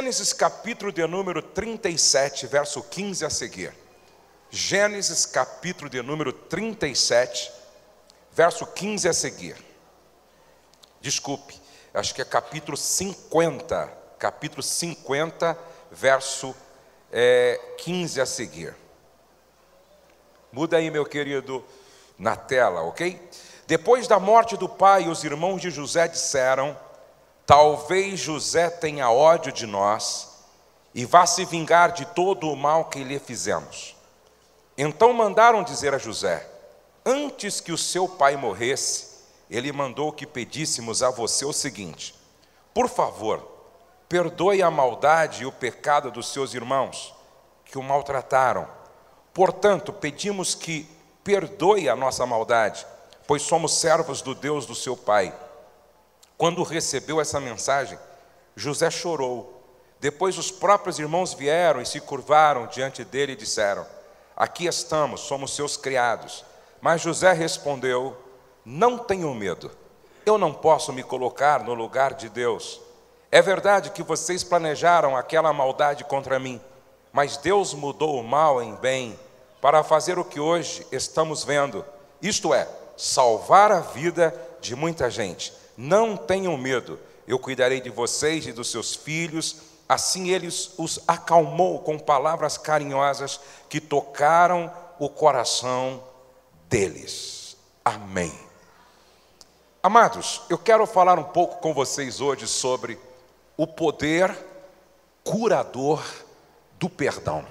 Gênesis capítulo de número 37, verso 15 a seguir. Gênesis capítulo de número 37, verso 15 a seguir. Desculpe, acho que é capítulo 50, verso 15 a seguir. Muda aí, meu querido, na tela, ok? Depois da morte do pai, os irmãos de José disseram: talvez José tenha ódio de nós e vá se vingar de todo o mal que lhe fizemos. Então mandaram dizer a José: antes que o seu pai morresse, ele mandou que pedíssemos a você o seguinte: por favor, perdoe a maldade e o pecado dos seus irmãos, que o maltrataram. Portanto, pedimos que perdoe a nossa maldade, pois somos servos do Deus do seu pai. Quando recebeu essa mensagem, José chorou. Depois os próprios irmãos vieram e se curvaram diante dele e disseram: aqui estamos, somos seus criados. Mas José respondeu: não tenham medo, eu não posso me colocar no lugar de Deus. É verdade que vocês planejaram aquela maldade contra mim, mas Deus mudou o mal em bem, para fazer o que hoje estamos vendo, isto é, salvar a vida de muita gente. Não tenham medo, eu cuidarei de vocês e dos seus filhos. Assim ele os acalmou com palavras carinhosas que tocaram o coração deles. Amém. Amados, eu quero falar um pouco com vocês hoje sobre o poder curador do perdão.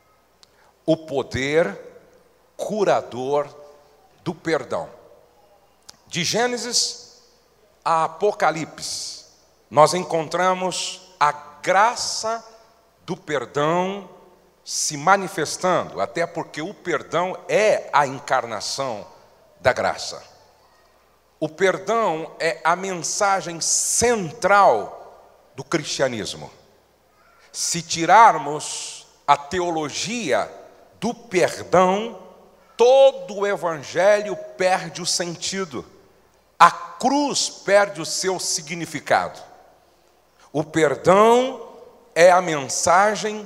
O poder curador do perdão. De Gênesis a Apocalipse, nós encontramos a graça do perdão se manifestando, até porque o perdão é a encarnação da graça. O perdão é a mensagem central do cristianismo. Se tirarmos a teologia do perdão, todo o evangelho perde o sentido. A cruz perde o seu significado. O perdão é a mensagem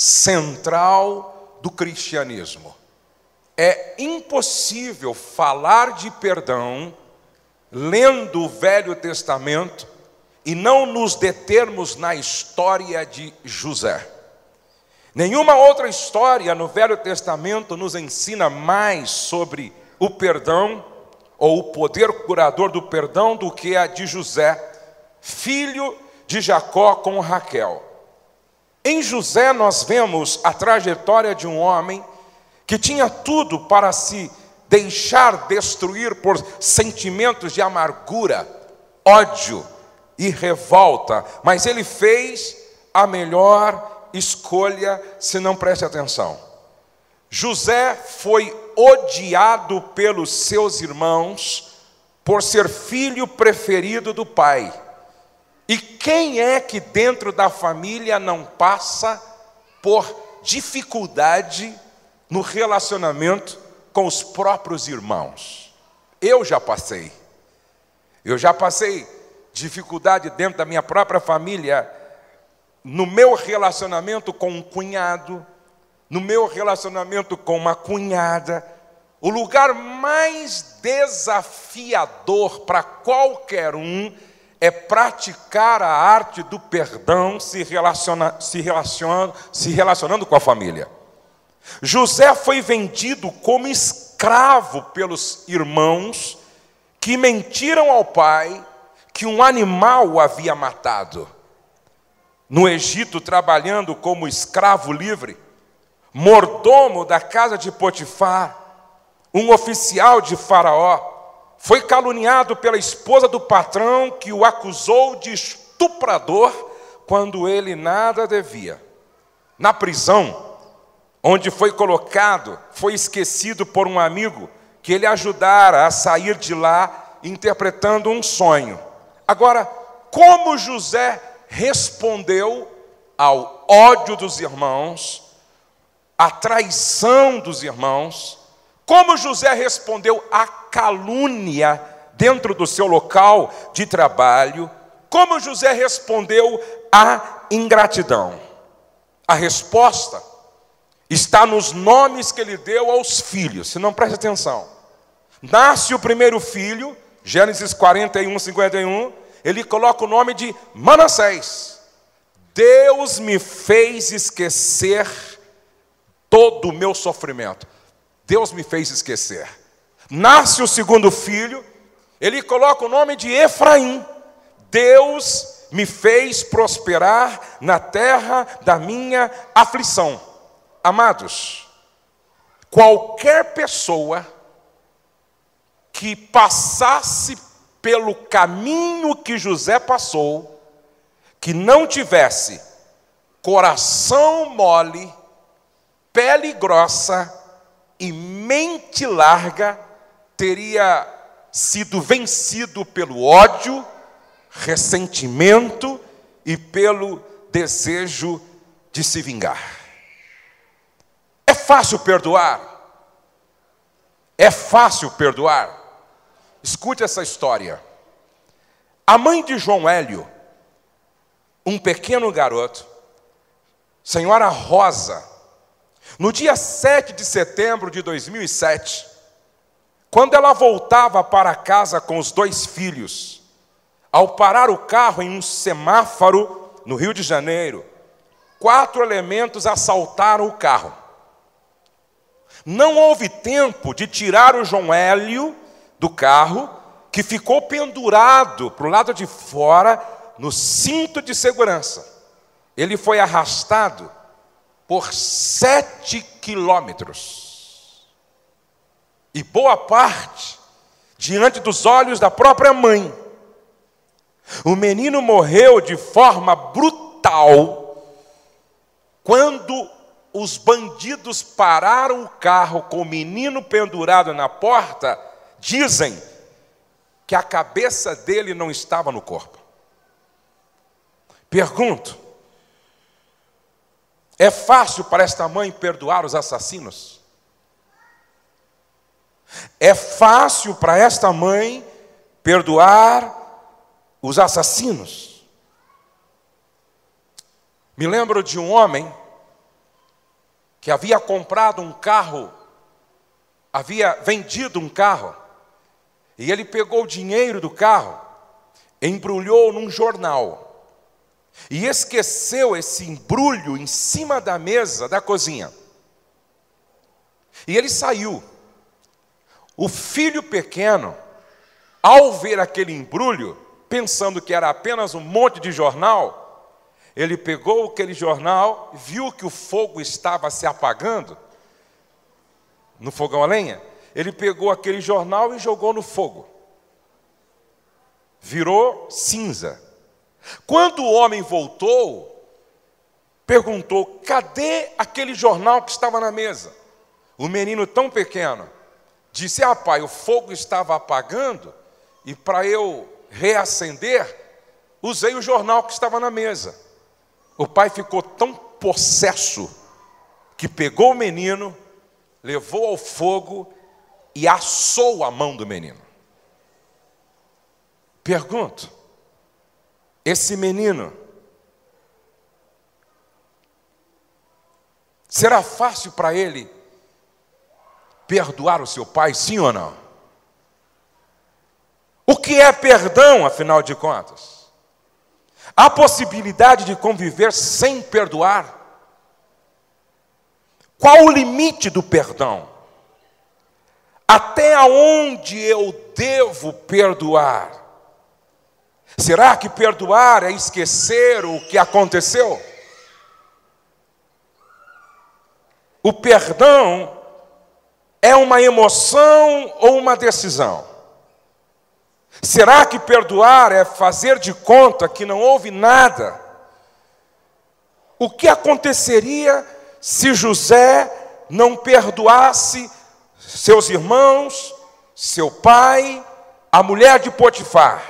central do cristianismo. É impossível falar de perdão lendo o Velho Testamento e não nos determos na história de José. Nenhuma outra história no Velho Testamento nos ensina mais sobre o perdão ou o poder curador do perdão do que a de José, filho de Jacó com Raquel. Em José nós vemos a trajetória de um homem que tinha tudo para se deixar destruir por sentimentos de amargura, ódio e revolta, mas ele fez a melhor escolha, se não preste atenção. José foi odiado pelos seus irmãos por ser filho preferido do pai. E quem é que dentro da família não passa por dificuldade no relacionamento com os próprios irmãos? Eu já passei dificuldade dentro da minha própria família, no meu relacionamento com um cunhado, no meu relacionamento com uma cunhada. O lugar mais desafiador para qualquer um é praticar a arte do perdão se relacionando com a família. José foi vendido como escravo pelos irmãos que mentiram ao pai que um animal o havia matado. No Egito, trabalhando como escravo livre, mordomo da casa de Potifar, um oficial de Faraó, foi caluniado pela esposa do patrão que o acusou de estuprador quando ele nada devia. Na prisão, onde foi colocado, foi esquecido por um amigo que ele ajudara a sair de lá interpretando um sonho. Agora, como José respondeu ao ódio dos irmãos, à traição dos irmãos, como José respondeu à calúnia dentro do seu local de trabalho, como José respondeu à ingratidão? A resposta está nos nomes que ele deu aos filhos. Se não, preste atenção. Nasce o primeiro filho, Gênesis 41, 51, ele coloca o nome de Manassés. Deus me fez esquecer todo o meu sofrimento. Deus me fez esquecer. Nasce o segundo filho, ele coloca o nome de Efraim. Deus me fez prosperar na terra da minha aflição. Amados, qualquer pessoa que passasse pelo caminho que José passou, que não tivesse coração mole, pele grossa e mente larga, teria sido vencido pelo ódio, ressentimento e pelo desejo de se vingar. É fácil perdoar? É fácil perdoar? Escute essa história. A mãe de João Hélio, um pequeno garoto, senhora Rosa, no dia 7 de setembro de 2007, quando ela voltava para casa com os 2 filhos, ao parar o carro em um semáforo no Rio de Janeiro, 4 elementos assaltaram o carro. Não houve tempo de tirar o João Hélio do carro, que ficou pendurado para o lado de fora no cinto de segurança. Ele foi arrastado por 7 quilômetros. E boa parte diante dos olhos da própria mãe. O menino morreu de forma brutal quando os bandidos pararam o carro com o menino pendurado na porta. Dizem que a cabeça dele não estava no corpo. Pergunto: é fácil para esta mãe perdoar os assassinos? É fácil para esta mãe perdoar os assassinos? Me lembro de um homem que havia comprado um carro, havia vendido um carro, e ele pegou o dinheiro do carro, embrulhou num jornal, e esqueceu esse embrulho em cima da mesa da cozinha. E ele saiu. O filho pequeno, ao ver aquele embrulho, pensando que era apenas um monte de jornal, ele pegou aquele jornal, viu que o fogo estava se apagando no fogão a lenha. Ele pegou aquele jornal e jogou no fogo. Virou cinza. Quando o homem voltou, perguntou: cadê aquele jornal que estava na mesa? O menino, tão pequeno, disse: pai, o fogo estava apagando e para eu reacender, usei o jornal que estava na mesa. O pai ficou tão possesso que pegou o menino, levou ao fogo e assou a mão do menino. Pergunto: esse menino, será fácil para ele perdoar o seu pai, sim ou não? O que é perdão, afinal de contas? Há possibilidade de conviver sem perdoar? Qual o limite do perdão? Até onde eu devo perdoar? Será que perdoar é esquecer o que aconteceu? O perdão é uma emoção ou uma decisão? Será que perdoar é fazer de conta que não houve nada? O que aconteceria se José não perdoasse seus irmãos, seu pai, a mulher de Potifar?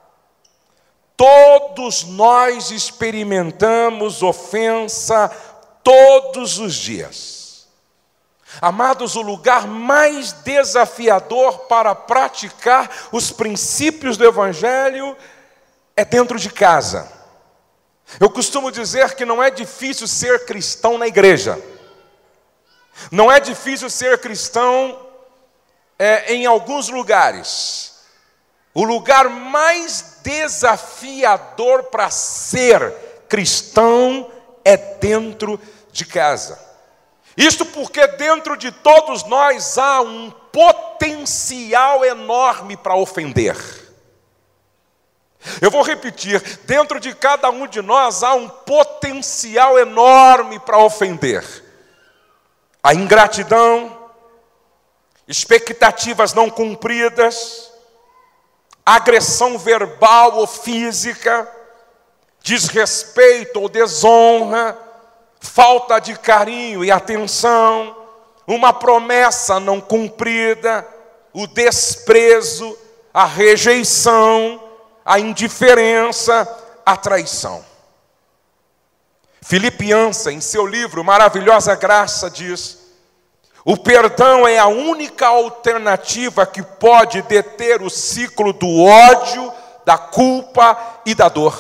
Todos nós experimentamos ofensa todos os dias. Amados, o lugar mais desafiador para praticar os princípios do Evangelho é dentro de casa. Eu costumo dizer que não é difícil ser cristão na igreja. Não é difícil ser cristão em alguns lugares. O lugar mais desafiador para ser cristão é dentro de casa. Isto porque dentro de todos nós há um potencial enorme para ofender. Eu vou repetir, dentro de cada um de nós há um potencial enorme para ofender. A ingratidão, expectativas não cumpridas, agressão verbal ou física, desrespeito ou desonra, falta de carinho e atenção, uma promessa não cumprida, o desprezo, a rejeição, a indiferença, a traição. Philip Yancey, em seu livro Maravilhosa Graça, diz: o perdão é a única alternativa que pode deter o ciclo do ódio, da culpa e da dor.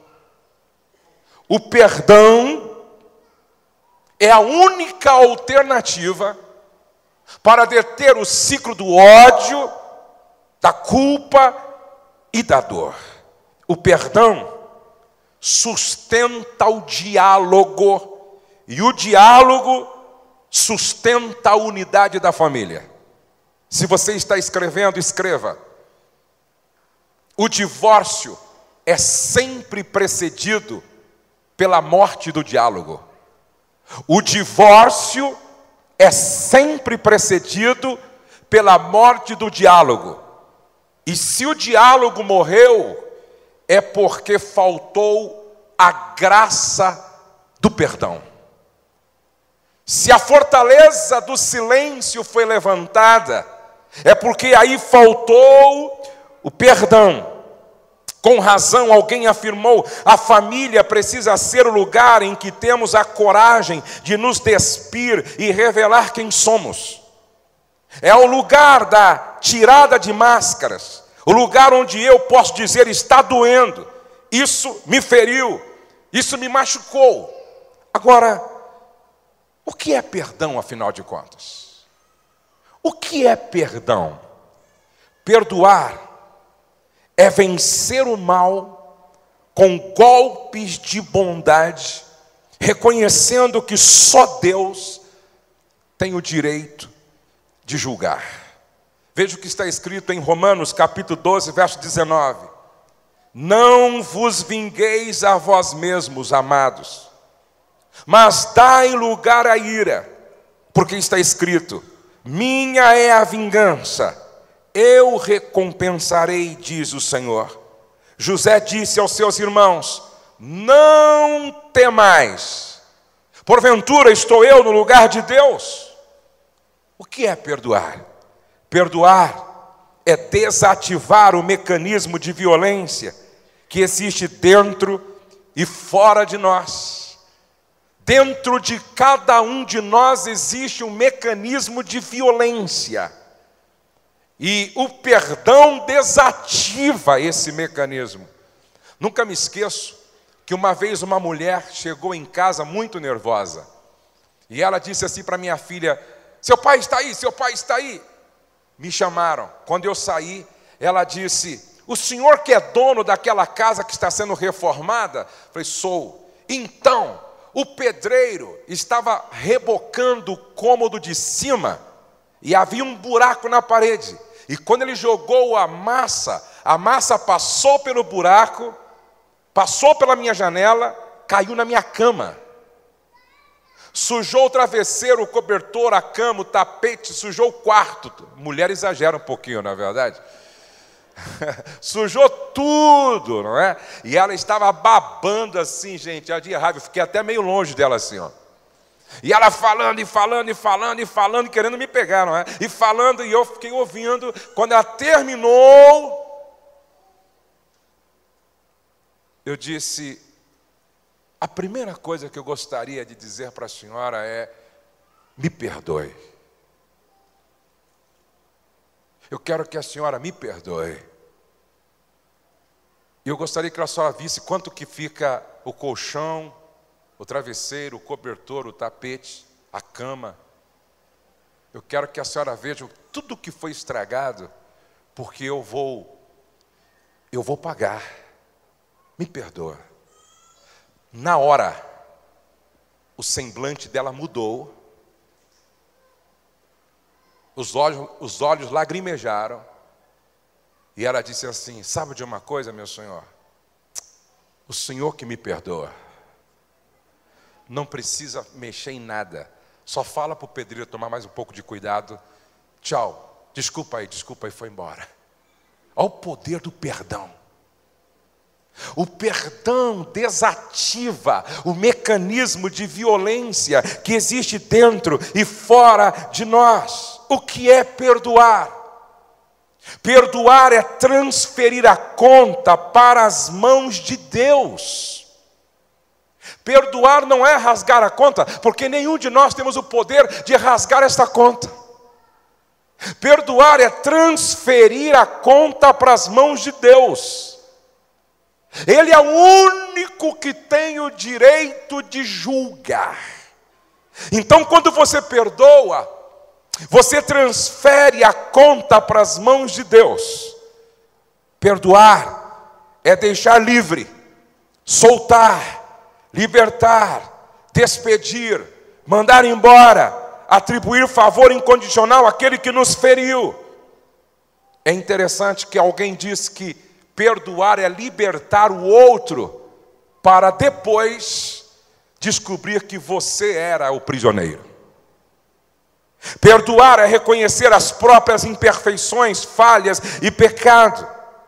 O perdão é a única alternativa para deter o ciclo do ódio, da culpa e da dor. O perdão sustenta o diálogo, e o diálogo sustenta a unidade da família. Se você está escrevendo, escreva: o divórcio é sempre precedido pela morte do diálogo. O divórcio é sempre precedido pela morte do diálogo. E se o diálogo morreu, é porque faltou a graça do perdão. Se a fortaleza do silêncio foi levantada, é porque aí faltou o perdão. Com razão, alguém afirmou: a família precisa ser o lugar em que temos a coragem de nos despir e revelar quem somos. É o lugar da tirada de máscaras, o lugar onde eu posso dizer: está doendo, isso me feriu, isso me machucou. Agora, o que é perdão, afinal de contas? O que é perdão? Perdoar é vencer o mal com golpes de bondade, reconhecendo que só Deus tem o direito de julgar. Veja o que está escrito em Romanos capítulo 12, verso 19. Não vos vingueis a vós mesmos, amados, mas dai lugar à ira, porque está escrito: minha é a vingança, eu recompensarei, diz o Senhor. José disse aos seus irmãos: não temais, porventura estou eu no lugar de Deus? O que é perdoar? Perdoar é desativar o mecanismo de violência que existe dentro e fora de nós. Dentro de cada um de nós existe um mecanismo de violência. E o perdão desativa esse mecanismo. Nunca me esqueço que uma vez uma mulher chegou em casa muito nervosa. E ela disse assim para minha filha: seu pai está aí, seu pai está aí. Me chamaram. Quando eu saí, ela disse: o senhor que é dono daquela casa que está sendo reformada? Eu falei: sou. Então, o pedreiro estava rebocando o cômodo de cima e havia um buraco na parede. E quando ele jogou a massa passou pelo buraco, passou pela minha janela, caiu na minha cama. Sujou o travesseiro, o cobertor, a cama, o tapete, sujou o quarto. Mulher exagera um pouquinho, não é verdade? Sujou tudo, não é? E ela estava babando assim, gente, a de raiva. Eu fiquei até meio longe dela assim, ó. E ela falando, e falando, e falando, e falando, querendo me pegar, não é? E falando, e eu fiquei ouvindo. Quando ela terminou, eu disse: a primeira coisa que eu gostaria de dizer para a senhora é: me perdoe. Eu quero que a senhora me perdoe. E eu gostaria que a senhora visse quanto que fica o colchão, o travesseiro, o cobertor, o tapete, a cama. Eu quero que a senhora veja tudo que foi estragado, porque eu vou pagar. Me perdoa. Na hora, o semblante dela mudou, os olhos lagrimejaram, e ela disse assim: sabe de uma coisa, meu senhor? O senhor que me perdoa. Não precisa mexer em nada. Só fala para o pedreiro tomar mais um pouco de cuidado. Tchau. Desculpa aí, foi embora. Olha o poder do perdão. O perdão desativa o mecanismo de violência que existe dentro e fora de nós. O que é perdoar? Perdoar é transferir a conta para as mãos de Deus. Perdoar não é rasgar a conta, porque nenhum de nós temos o poder de rasgar esta conta. Perdoar é transferir a conta para as mãos de Deus. Ele é o único que tem o direito de julgar. Então, quando você perdoa, você transfere a conta para as mãos de Deus. Perdoar é deixar livre, soltar, libertar, despedir, mandar embora, atribuir favor incondicional àquele que nos feriu. É interessante que alguém disse que perdoar é libertar o outro para depois descobrir que você era o prisioneiro. Perdoar é reconhecer as próprias imperfeições, falhas e pecado.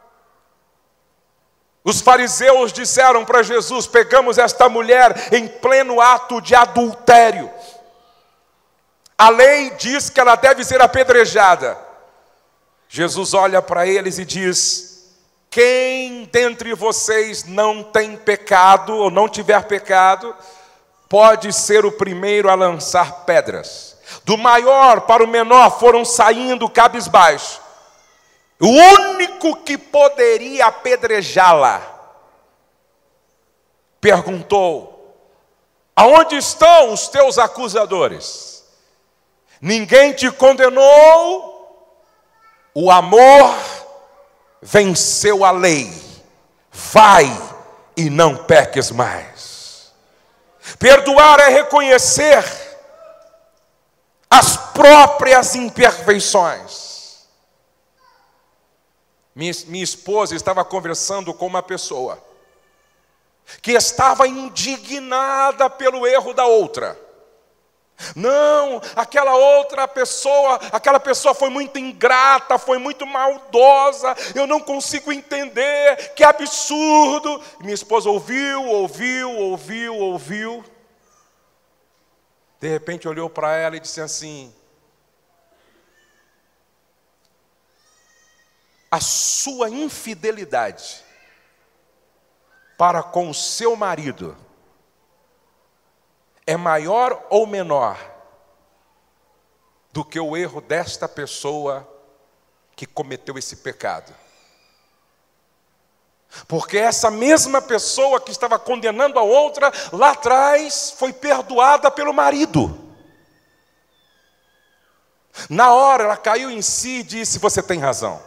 Os fariseus disseram para Jesus: pegamos esta mulher em pleno ato de adultério. A lei diz que ela deve ser apedrejada. Jesus olha para eles e diz: quem dentre vocês não tem pecado, ou não tiver pecado, pode ser o primeiro a lançar pedras. Do maior para o menor foram saindo cabisbaixo. O único que poderia apedrejá-la perguntou: aonde estão os teus acusadores? Ninguém te condenou? O amor venceu a lei. Vai e não peques mais. Perdoar é reconhecer as próprias imperfeições. Minha esposa estava conversando com uma pessoa que estava indignada pelo erro da outra. Não, aquela pessoa foi muito ingrata, foi muito maldosa, eu não consigo entender, que absurdo. E minha esposa ouviu. De repente olhou para ela e disse assim: a sua infidelidade para com o seu marido é maior ou menor do que o erro desta pessoa que cometeu esse pecado? Porque essa mesma pessoa que estava condenando a outra, lá atrás, foi perdoada pelo marido. Na hora ela caiu em si e disse: você tem razão.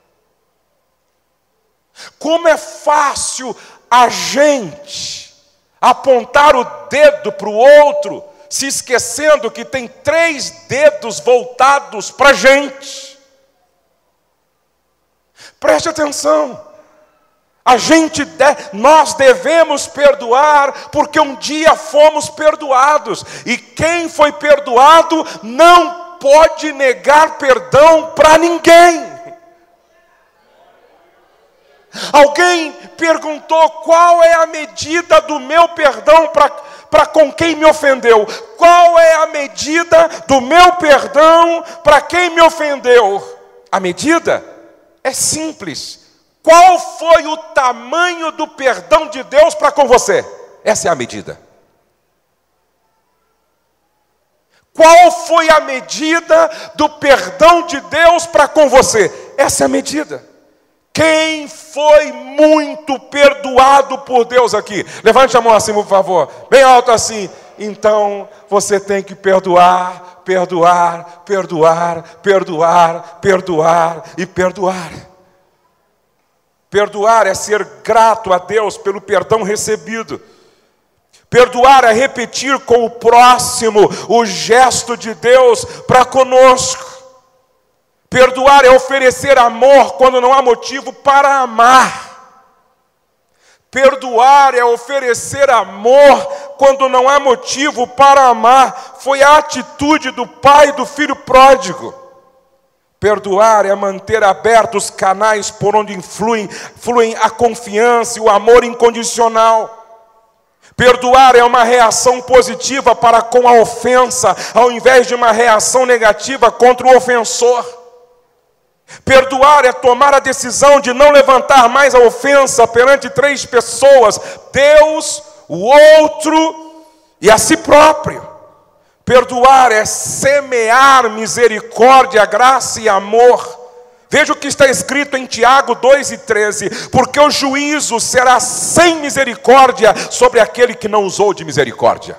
Como é fácil a gente apontar o dedo para o outro, se esquecendo que tem 3 dedos voltados para a gente. Preste atenção. Nós devemos perdoar, porque um dia fomos perdoados. E quem foi perdoado não pode negar perdão para ninguém. Alguém perguntou: qual é a medida do meu perdão para com quem me ofendeu? Qual é a medida do meu perdão para quem me ofendeu? A medida é simples. Qual foi o tamanho do perdão de Deus para com você? Essa é a medida. Qual foi a medida do perdão de Deus para com você? Essa é a medida. Quem foi muito perdoado por Deus aqui? Levante a mão assim, por favor. Bem alto assim. Então, você tem que perdoar, perdoar, perdoar, perdoar, perdoar e perdoar. Perdoar é ser grato a Deus pelo perdão recebido. Perdoar é repetir com o próximo o gesto de Deus para conosco. Perdoar é oferecer amor quando não há motivo para amar. Perdoar é oferecer amor quando não há motivo para amar. Foi a atitude do pai do filho pródigo. Perdoar é manter abertos os canais por onde fluem a confiança e o amor incondicional. Perdoar é uma reação positiva para com a ofensa, ao invés de uma reação negativa contra o ofensor. Perdoar é tomar a decisão de não levantar mais a ofensa perante 3 pessoas: Deus, o outro e a si próprio. Perdoar é semear misericórdia, graça e amor. Veja o que está escrito em Tiago 2:13: porque o juízo será sem misericórdia sobre aquele que não usou de misericórdia.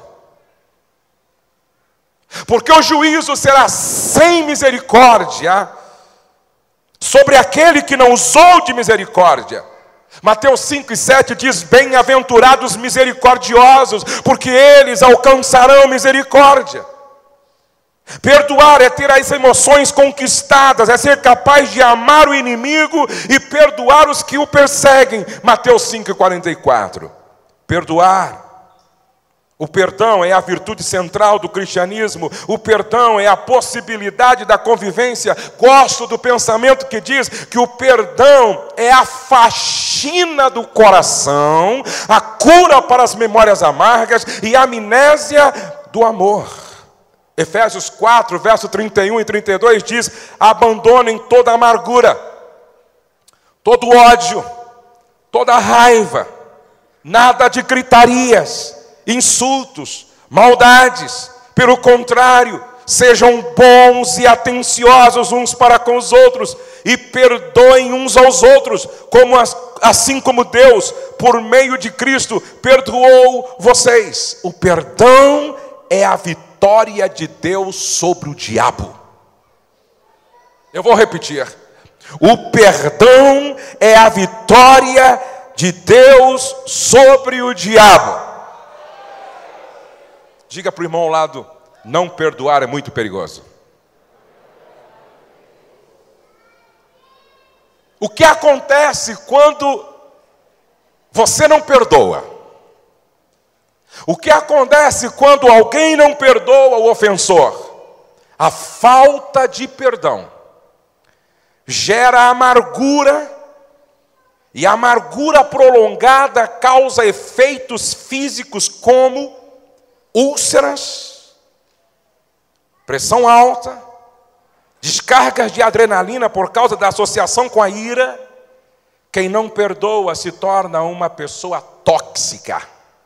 Porque o juízo será sem misericórdia sobre aquele que não usou de misericórdia. Mateus 5:7 diz: bem-aventurados misericordiosos, porque eles alcançarão misericórdia. Perdoar é ter as emoções conquistadas, é ser capaz de amar o inimigo e perdoar os que o perseguem. Mateus 5:44. Perdoar. O perdão é a virtude central do cristianismo. O perdão é a possibilidade da convivência. Gosto do pensamento que diz que o perdão é a faxina do coração, a cura para as memórias amargas e a amnésia do amor. Efésios 4, verso 31 e 32 diz: abandonem toda amargura, todo ódio, toda raiva, nada de gritarias, insultos, maldades. Pelo contrário, sejam bons e atenciosos uns para com os outros e perdoem uns aos outros, assim como Deus, por meio de Cristo, perdoou vocês. O perdão é a vitória de Deus sobre o diabo. Eu vou repetir. O perdão é a vitória de Deus sobre o diabo. Diga para o irmão ao lado: não perdoar é muito perigoso. O que acontece quando você não perdoa? O que acontece quando alguém não perdoa o ofensor? A falta de perdão gera amargura, e a amargura prolongada causa efeitos físicos como úlceras, pressão alta, descargas de adrenalina por causa da associação com a ira. Quem não perdoa se torna uma pessoa tóxica.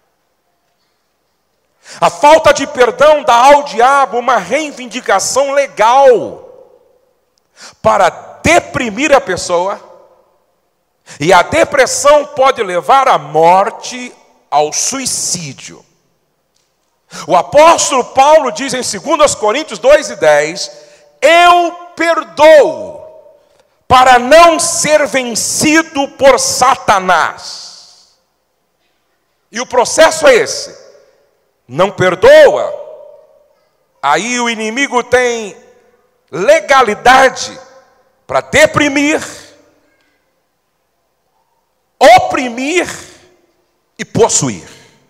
A falta de perdão dá ao diabo uma reivindicação legal para deprimir a pessoa, e a depressão pode levar à morte, ao suicídio. O apóstolo Paulo diz em 2 Coríntios 2:10: eu perdoo para não ser vencido por Satanás. E o processo é esse: não perdoa, aí o inimigo tem legalidade para deprimir, oprimir e possuir.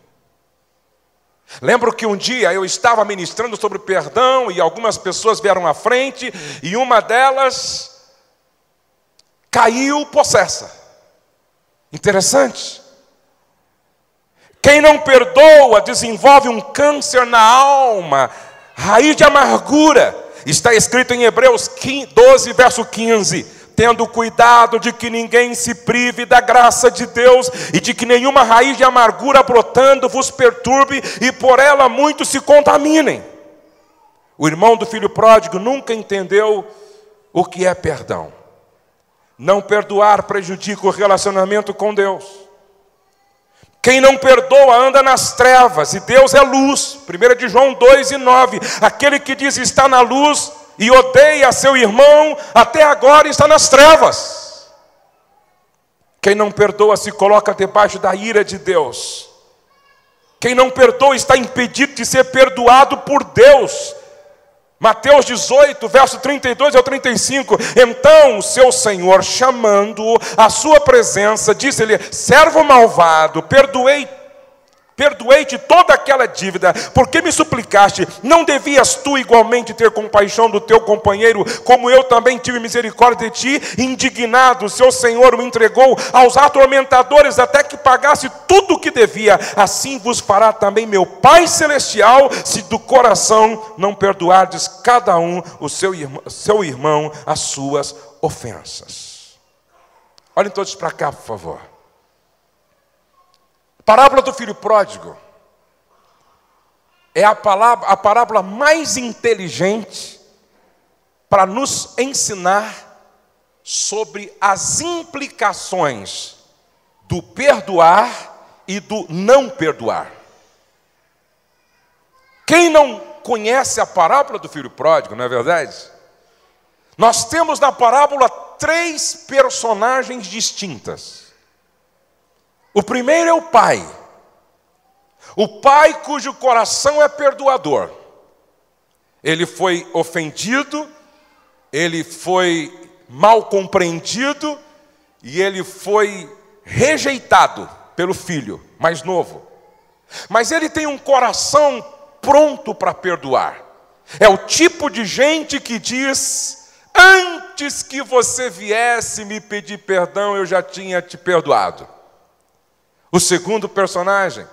Lembro que um dia eu estava ministrando sobre perdão e algumas pessoas vieram à frente e uma delas caiu possessa. Interessante. Quem não perdoa desenvolve um câncer na alma, raiz de amargura. Está escrito em Hebreus 12, verso 15: tendo cuidado de que ninguém se prive da graça de Deus e de que nenhuma raiz de amargura brotando vos perturbe e por ela muitos se contaminem. O irmão do filho pródigo nunca entendeu o que é perdão. Não perdoar prejudica o relacionamento com Deus. Quem não perdoa anda nas trevas, e Deus é luz. 1 de João 2:9. Aquele que diz está na luz e odeia seu irmão, até agora está nas trevas. Quem não perdoa se coloca debaixo da ira de Deus. Quem não perdoa está impedido de ser perdoado por Deus. Mateus 18, verso 32 ao 35. Então o seu senhor, chamando-o à sua presença, disse-lhe: servo malvado, perdoei-te toda aquela dívida, porque me suplicaste. Não devias tu igualmente ter compaixão do teu companheiro, como eu também tive misericórdia de ti? Indignado, seu senhor o entregou aos atormentadores até que pagasse tudo o que devia. Assim vos fará também meu Pai Celestial, se do coração não perdoardes cada um o seu irmão as suas ofensas. Olhem todos para cá, por favor. A parábola do filho pródigo é a parábola mais inteligente para nos ensinar sobre as implicações do perdoar e do não perdoar. Quem não conhece a parábola do filho pródigo, não é verdade? Nós temos na parábola 3 personagens distintas. O primeiro é o pai cujo coração é perdoador. Ele foi ofendido, ele foi mal compreendido e ele foi rejeitado pelo filho mais novo. Mas ele tem um coração pronto para perdoar. É o tipo de gente que diz: antes que você viesse me pedir perdão, eu já tinha te perdoado. O segundo personagem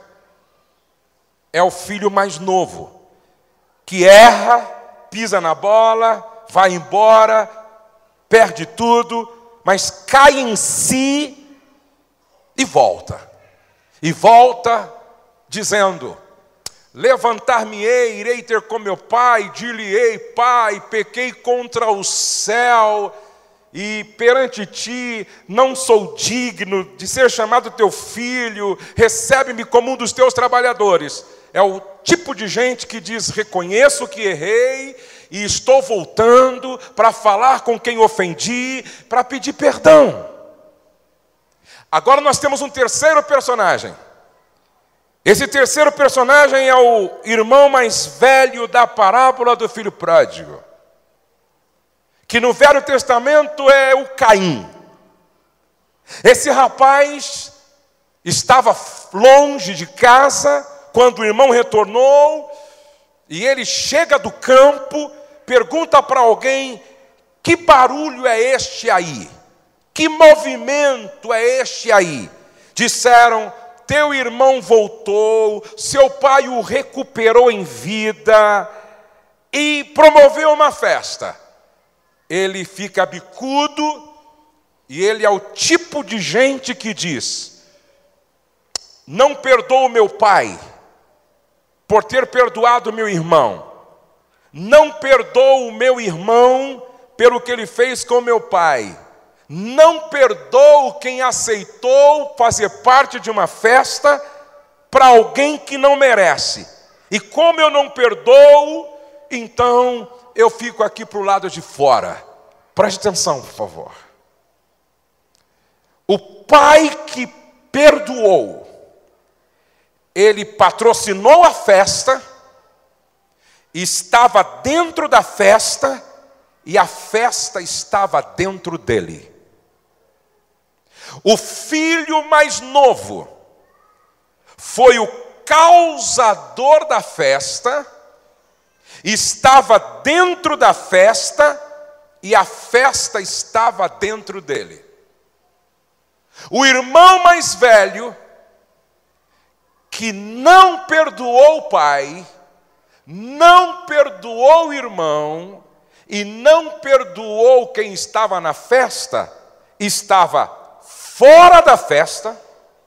é o filho mais novo, que erra, pisa na bola, vai embora, perde tudo, mas cai em si e volta. E volta dizendo: levantar-me-ei, irei ter com meu pai, dir-lhe-ei: pai, pequei contra o céu e perante ti não sou digno de ser chamado teu filho, recebe-me como um dos teus trabalhadores. É o tipo de gente que diz: reconheço que errei e estou voltando para falar com quem ofendi, para pedir perdão. Agora nós temos um terceiro personagem. Esse terceiro personagem é o irmão mais velho da parábola do filho pródigo, que no Velho Testamento é o Caim. Esse rapaz estava longe de casa quando o irmão retornou, e ele chega do campo, pergunta para alguém: que barulho é este aí? Que movimento é este aí? Disseram: teu irmão voltou, seu pai o recuperou em vida e promoveu uma festa. Ele fica bicudo e ele é o tipo de gente que diz: não perdoo meu pai por ter perdoado meu irmão. Não perdoo o meu irmão pelo que ele fez com meu pai. Não perdoo quem aceitou fazer parte de uma festa para alguém que não merece. E como eu não perdoo, então eu fico aqui para o lado de fora. Preste atenção, por favor. O pai que perdoou, ele patrocinou a festa, estava dentro da festa e a festa estava dentro dele. O filho mais novo foi o causador da festa, estava dentro da festa e a festa estava dentro dele. O irmão mais velho, que não perdoou o pai, não perdoou o irmão e não perdoou quem estava na festa, estava fora da festa,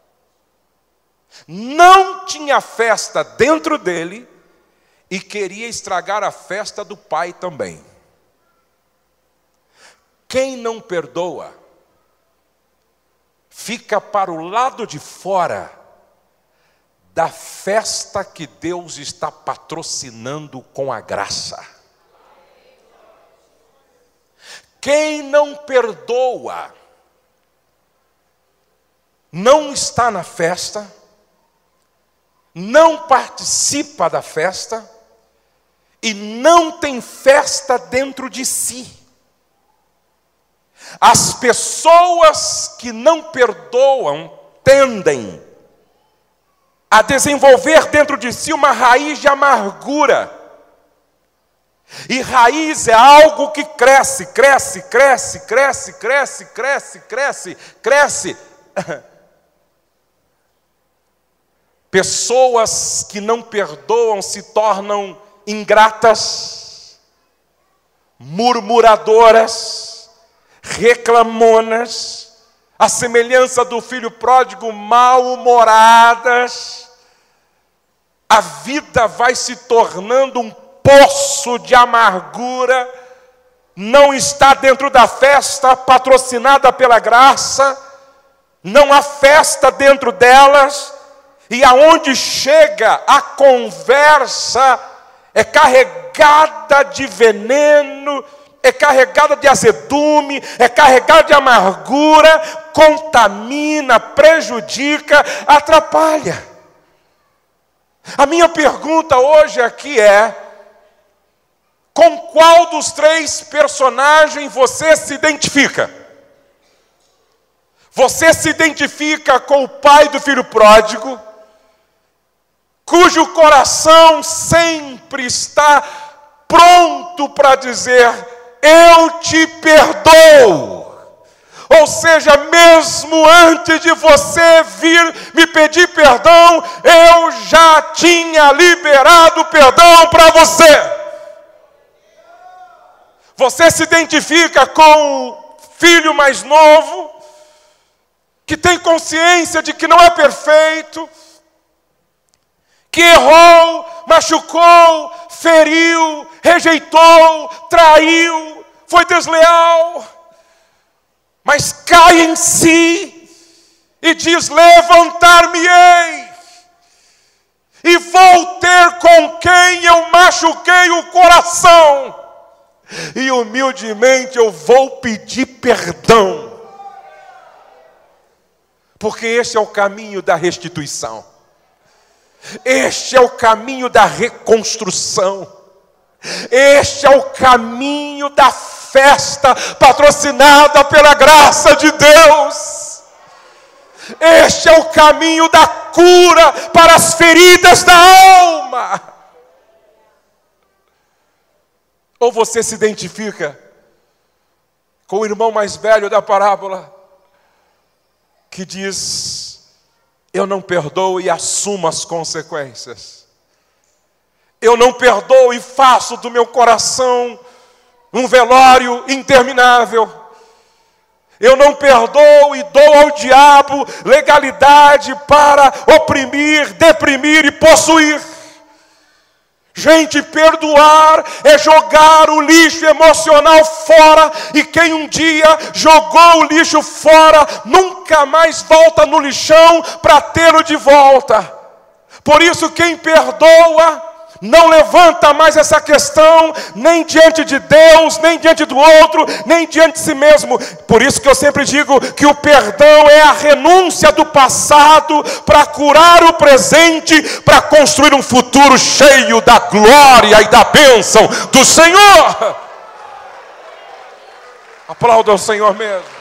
não tinha festa dentro dele e queria estragar a festa do pai também. Quem não perdoa fica para o lado de fora da festa que Deus está patrocinando com a graça. Quem não perdoa, não está na festa, não participa da festa e não tem festa dentro de si. As pessoas que não perdoam tendem a desenvolver dentro de si uma raiz de amargura. E raiz é algo que cresce, cresce, cresce, cresce, cresce, cresce, cresce, cresce. Pessoas que não perdoam se tornam ingratas, murmuradoras, reclamonas, à semelhança do filho pródigo, mal-humoradas. A vida vai se tornando um poço de amargura, não está dentro da festa patrocinada pela graça, não há festa dentro delas, e aonde chega a conversa é carregada de veneno, é carregada de azedume, é carregada de amargura, contamina, prejudica, atrapalha. A minha pergunta hoje aqui é: com qual dos três personagens você se identifica? Você se identifica com o pai do filho pródigo, cujo coração sempre está pronto para dizer: eu te perdoo. Ou seja, mesmo antes de você vir me pedir perdão, eu já tinha liberado perdão para você. Você se identifica com o filho mais novo, que tem consciência de que não é perfeito, que errou, machucou, feriu, rejeitou, traiu, foi desleal, mas cai em si e diz: levantar-me-ei e vou ter com quem eu machuquei o coração, e humildemente eu vou pedir perdão, porque este é o caminho da restituição, este é o caminho da reconstrução, este é o caminho da festa patrocinada pela graça de Deus, este é o caminho da cura para as feridas da alma. Ou você se identifica com o irmão mais velho da parábola, que diz: eu não perdoo e assumo as consequências. Eu não perdoo e faço do meu coração um velório interminável. Eu não perdoo e dou ao diabo legalidade para oprimir, deprimir e possuir. Gente, perdoar é jogar o lixo emocional fora, e quem um dia jogou o lixo fora, nunca mais volta no lixão para tê-lo de volta. Por isso, quem perdoa não levanta mais essa questão, nem diante de Deus, nem diante do outro, nem diante de si mesmo. Por isso que eu sempre digo que o perdão é a renúncia do passado para curar o presente, para construir um futuro cheio da glória e da bênção do Senhor. Aplauda o Senhor mesmo.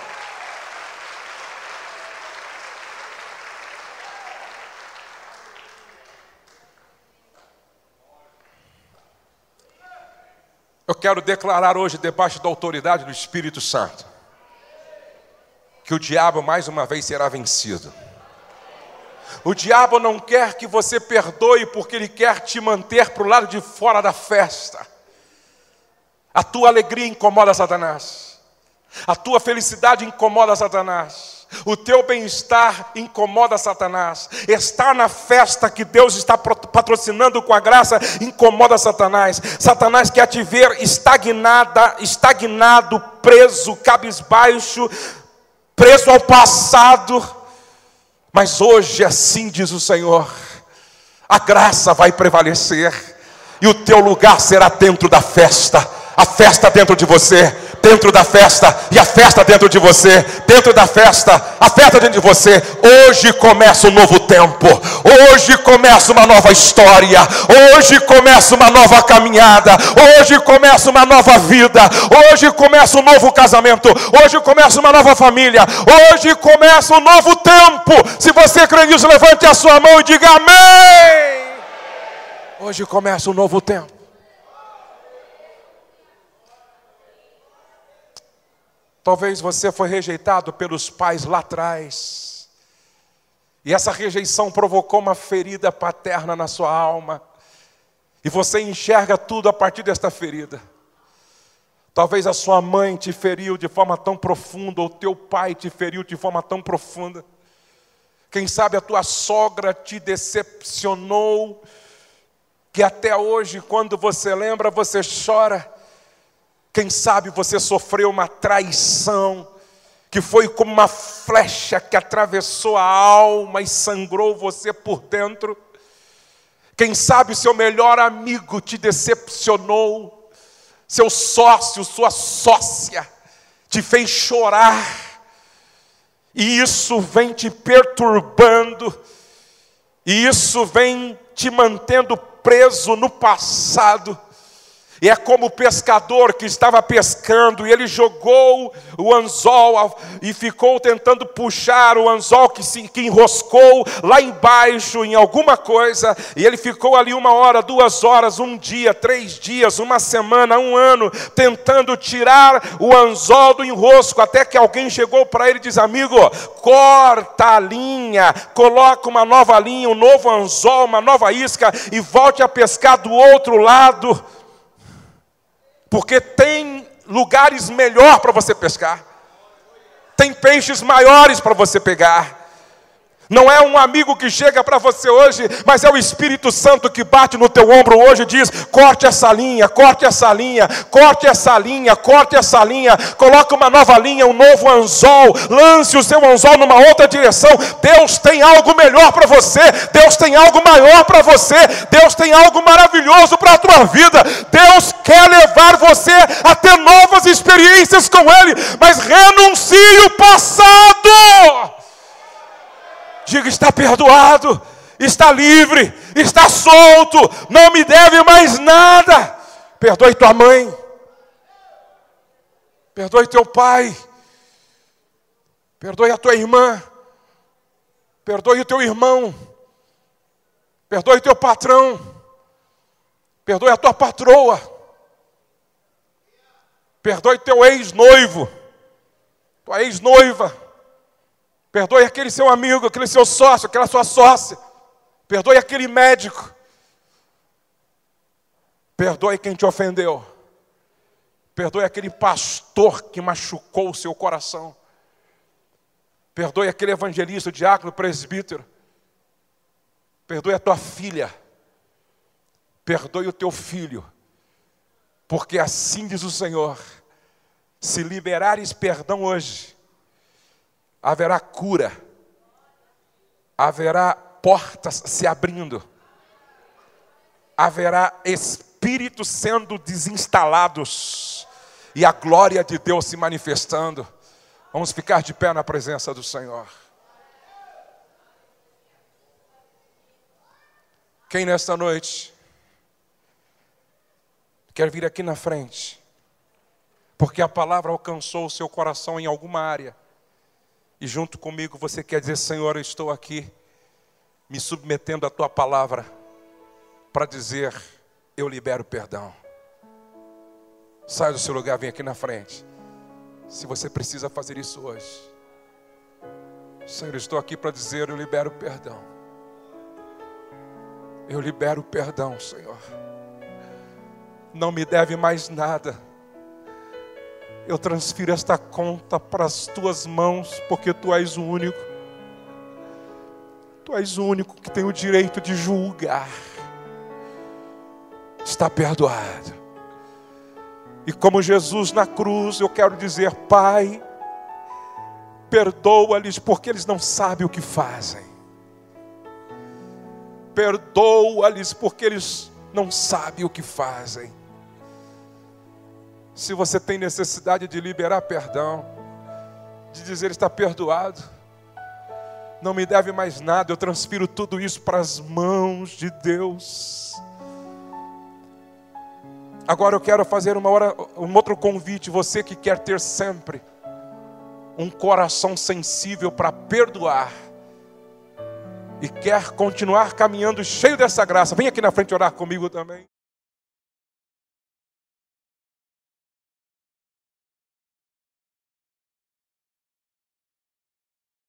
Eu quero declarar hoje, debaixo da autoridade do Espírito Santo, que o diabo mais uma vez será vencido. O diabo não quer que você perdoe, porque ele quer te manter para o lado de fora da festa. A tua alegria incomoda Satanás, a tua felicidade incomoda Satanás, o teu bem-estar incomoda Satanás, estar na festa que Deus está patrocinando com a graça incomoda Satanás. Satanás quer te ver estagnado, preso, cabisbaixo, preso ao passado. Mas hoje, assim diz o Senhor, a graça vai prevalecer, e o teu lugar será dentro da festa. A festa dentro de você, dentro da festa, e a festa dentro de você, dentro da festa, a festa dentro de você. Hoje começa um novo tempo, hoje começa uma nova história, hoje começa uma nova caminhada, hoje começa uma nova vida, hoje começa um novo casamento, hoje começa uma nova família, hoje começa um novo tempo. Se você crê nisso, levante a sua mão e diga amém. Hoje começa um novo tempo. Talvez você foi rejeitado pelos pais lá atrás, e essa rejeição provocou uma ferida paterna na sua alma, e você enxerga tudo a partir desta ferida. Talvez a sua mãe te feriu de forma tão profunda, ou teu pai te feriu de forma tão profunda. Quem sabe a tua sogra te decepcionou, que até hoje, quando você lembra, você chora. Quem sabe você sofreu uma traição, que foi como uma flecha que atravessou a alma e sangrou você por dentro. Quem sabe seu melhor amigo te decepcionou, seu sócio, sua sócia, te fez chorar, e isso vem te perturbando, e isso vem te mantendo preso no passado. E é como o pescador que estava pescando, e ele jogou o anzol e ficou tentando puxar o anzol que enroscou lá embaixo em alguma coisa, e ele ficou ali 1 hora, 2 horas, 1 dia, 3 dias, 1 semana, 1 ano, tentando tirar o anzol do enrosco, até que alguém chegou para ele e disse: amigo, corta a linha, coloca uma nova linha, um novo anzol, uma nova isca, e volte a pescar do outro lado. Porque tem lugares melhores para você pescar. Tem peixes maiores para você pegar. Não é um amigo que chega para você hoje, mas é o Espírito Santo que bate no teu ombro hoje e diz: corte essa linha, corte essa linha, corte essa linha, corte essa linha, coloque uma nova linha, um novo anzol, lance o seu anzol numa outra direção. Deus tem algo melhor para você, Deus tem algo maior para você, Deus tem algo maravilhoso para a tua vida. Deus quer levar você a ter novas experiências com Ele, mas renuncie o passado. Diga: está perdoado, está livre, está solto, não me deve mais nada. Perdoe tua mãe, perdoe teu pai, perdoe a tua irmã, perdoe o teu irmão, perdoe teu patrão, perdoe a tua patroa, perdoe teu ex-noivo, tua ex-noiva. Perdoe aquele seu amigo, aquele seu sócio, aquela sua sócia. Perdoe aquele médico. Perdoe quem te ofendeu. Perdoe aquele pastor que machucou o seu coração. Perdoe aquele evangelista, o diácono, o presbítero. Perdoe a tua filha. Perdoe o teu filho. Porque assim diz o Senhor: se liberares perdão hoje, haverá cura, haverá portas se abrindo, haverá espíritos sendo desinstalados, e a glória de Deus se manifestando. Vamos ficar de pé na presença do Senhor. Quem nesta noite quer vir aqui na frente, porque a palavra alcançou o seu coração em alguma área, e junto comigo você quer dizer: Senhor, eu estou aqui me submetendo à tua palavra para dizer: eu libero perdão. Sai do seu lugar, vem aqui na frente. Se você precisa fazer isso hoje. Senhor, eu estou aqui para dizer: eu libero perdão. Eu libero perdão, Senhor. Não me deve mais nada. Eu transfiro esta conta para as tuas mãos, porque tu és o único. Tu és o único que tem o direito de julgar. Está perdoado. E como Jesus na cruz, eu quero dizer: Pai, Perdoa-lhes porque eles não sabem o que fazem. Perdoa-lhes porque eles não sabem o que fazem. Se você tem necessidade de liberar perdão, de dizer está perdoado, não me deve mais nada, eu transfiro tudo isso para as mãos de Deus. Agora eu quero fazer um outro convite, você que quer ter sempre um coração sensível para perdoar e quer continuar caminhando cheio dessa graça, vem aqui na frente orar comigo também.